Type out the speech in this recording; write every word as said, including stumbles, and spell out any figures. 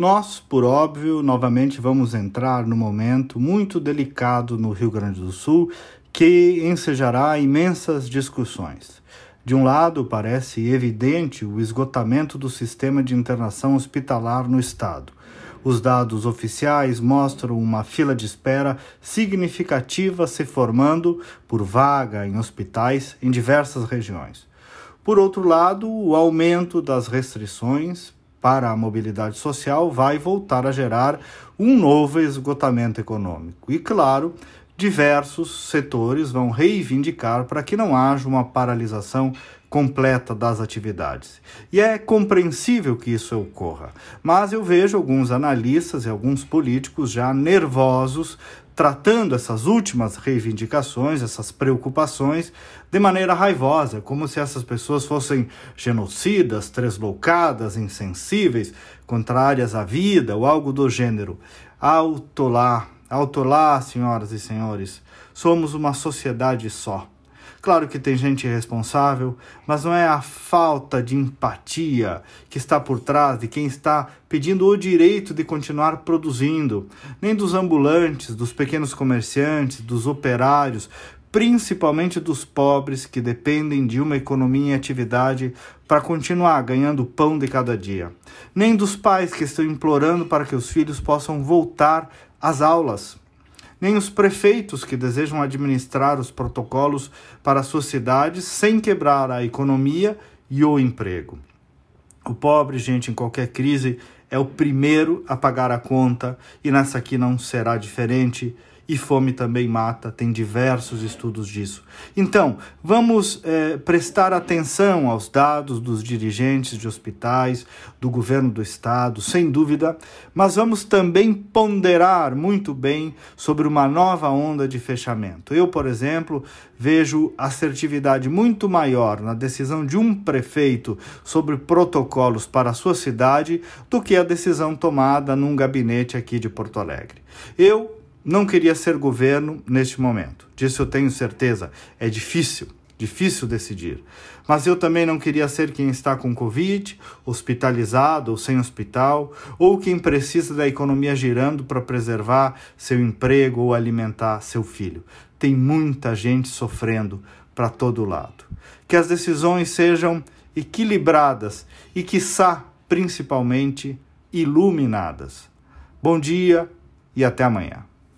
Nós, por óbvio, novamente vamos entrar num momento muito delicado no Rio Grande do Sul, que ensejará imensas discussões. De um lado, parece evidente o esgotamento do sistema de internação hospitalar no estado. Os dados oficiais mostram uma fila de espera significativa se formando por vaga em hospitais em diversas regiões. Por outro lado, o aumento das restrições para a mobilidade social vai voltar a gerar um novo esgotamento econômico. E, claro, diversos setores vão reivindicar para que não haja uma paralisação completa das atividades. E é compreensível que isso ocorra, mas eu vejo alguns analistas e alguns políticos já nervosos tratando essas últimas reivindicações, essas preocupações, de maneira raivosa, como se essas pessoas fossem genocidas, tresloucadas, insensíveis, contrárias à vida ou algo do gênero. Alto lá, alto lá, senhoras e senhores, somos uma sociedade só. Claro que tem gente irresponsável, mas não é a falta de empatia que está por trás de quem está pedindo o direito de continuar produzindo, nem dos ambulantes, dos pequenos comerciantes, dos operários, principalmente dos pobres que dependem de uma economia em atividade para continuar ganhando o pão de cada dia, nem dos pais que estão implorando para que os filhos possam voltar às aulas, nem os prefeitos que desejam administrar os protocolos para suas cidades sem quebrar a economia e o emprego. O pobre, gente, em qualquer crise, é o primeiro a pagar a conta e nessa aqui não será diferente. E fome também mata, tem diversos estudos disso. Então, vamos é, prestar atenção aos dados dos dirigentes de hospitais, do governo do estado, sem dúvida, mas vamos também ponderar muito bem sobre uma nova onda de fechamento. Eu, por exemplo, vejo assertividade muito maior na decisão de um prefeito sobre protocolos para a sua cidade do que a decisão tomada num gabinete aqui de Porto Alegre. Eu não queria ser governo neste momento. Disso eu tenho certeza. É difícil, difícil decidir. Mas eu também não queria ser quem está com Covid, hospitalizado ou sem hospital, ou quem precisa da economia girando para preservar seu emprego ou alimentar seu filho. Tem muita gente sofrendo para todo lado. Que as decisões sejam equilibradas e, quiçá, principalmente, iluminadas. Bom dia e até amanhã.